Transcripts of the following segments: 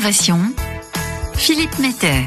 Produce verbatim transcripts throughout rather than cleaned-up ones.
Innovation, Philippe Mettet.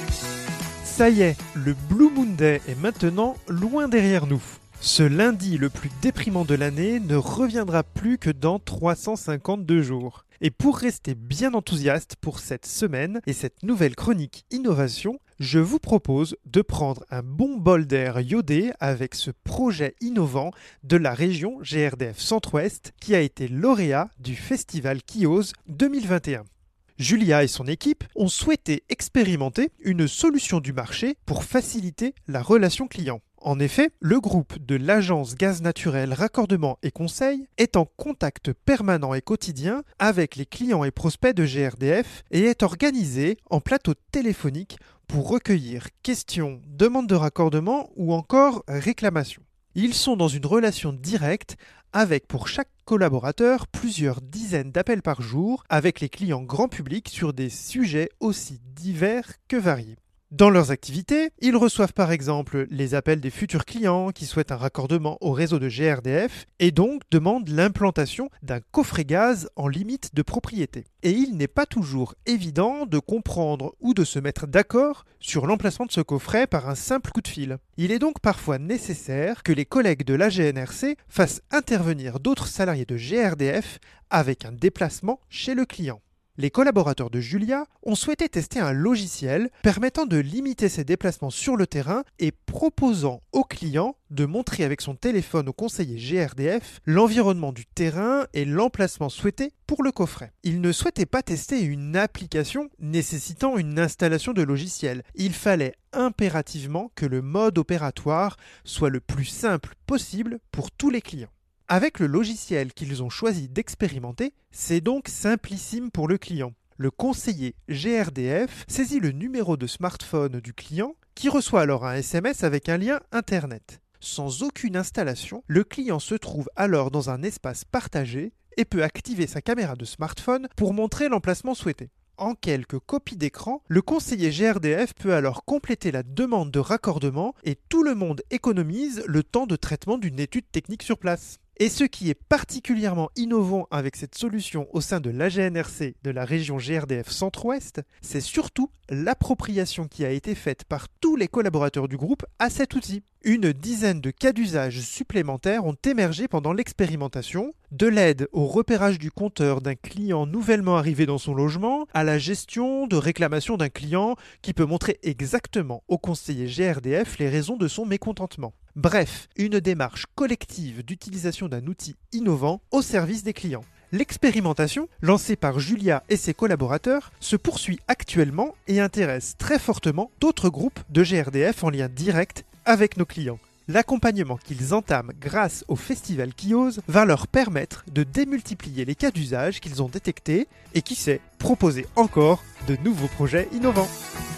Ça y est, le Blue Monday est maintenant loin derrière nous. Ce lundi le plus déprimant de l'année ne reviendra plus que dans trois cent cinquante-deux jours. Et pour rester bien enthousiaste pour cette semaine et cette nouvelle chronique innovation, je vous propose de prendre un bon bol d'air iodé avec ce projet innovant de la région G R D F Centre-Ouest qui a été lauréat du Festival Kiose deux mille vingt et un. Julia et son équipe ont souhaité expérimenter une solution du marché pour faciliter la relation client. En effet, le groupe de l'agence Gaz Naturel Raccordement et Conseil est en contact permanent et quotidien avec les clients et prospects de G R D F et est organisé en plateau téléphonique pour recueillir questions, demandes de raccordement ou encore réclamations. Ils sont dans une relation directe avec pour chaque collaborateur plusieurs dizaines d'appels par jour avec les clients grand public sur des sujets aussi divers que variés. Dans leurs activités, ils reçoivent par exemple les appels des futurs clients qui souhaitent un raccordement au réseau de G R D F et donc demandent l'implantation d'un coffret gaz en limite de propriété. Et il n'est pas toujours évident de comprendre ou de se mettre d'accord sur l'emplacement de ce coffret par un simple coup de fil. Il est donc parfois nécessaire que les collègues de l'A G N R C fassent intervenir d'autres salariés de G R D F avec un déplacement chez le client. Les collaborateurs de Julia ont souhaité tester un logiciel permettant de limiter ses déplacements sur le terrain et proposant au client de montrer avec son téléphone au conseiller G R D F l'environnement du terrain et l'emplacement souhaité pour le coffret. Ils ne souhaitaient pas tester une application nécessitant une installation de logiciel. Il fallait impérativement que le mode opératoire soit le plus simple possible pour tous les clients. Avec le logiciel qu'ils ont choisi d'expérimenter, c'est donc simplissime pour le client. Le conseiller G R D F saisit le numéro de smartphone du client qui reçoit alors un S M S avec un lien Internet. Sans aucune installation, le client se trouve alors dans un espace partagé et peut activer sa caméra de smartphone pour montrer l'emplacement souhaité. En quelques copies d'écran, le conseiller G R D F peut alors compléter la demande de raccordement et tout le monde économise le temps de traitement d'une étude technique sur place. Et ce qui est particulièrement innovant avec cette solution au sein de l'A G N R C de la région G R D F Centre-Ouest, c'est surtout l'appropriation qui a été faite par tous les collaborateurs du groupe à cet outil. Une dizaine de cas d'usage supplémentaires ont émergé pendant l'expérimentation, de l'aide au repérage du compteur d'un client nouvellement arrivé dans son logement, à la gestion de réclamation d'un client qui peut montrer exactement au conseiller G R D F les raisons de son mécontentement. Bref, une démarche collective d'utilisation d'un outil innovant au service des clients. L'expérimentation, lancée par Julia et ses collaborateurs, se poursuit actuellement et intéresse très fortement d'autres groupes de G R D F en lien direct avec nos clients. L'accompagnement qu'ils entament grâce au Festival Kiose va leur permettre de démultiplier les cas d'usage qu'ils ont détectés et qui sait, proposer encore de nouveaux projets innovants.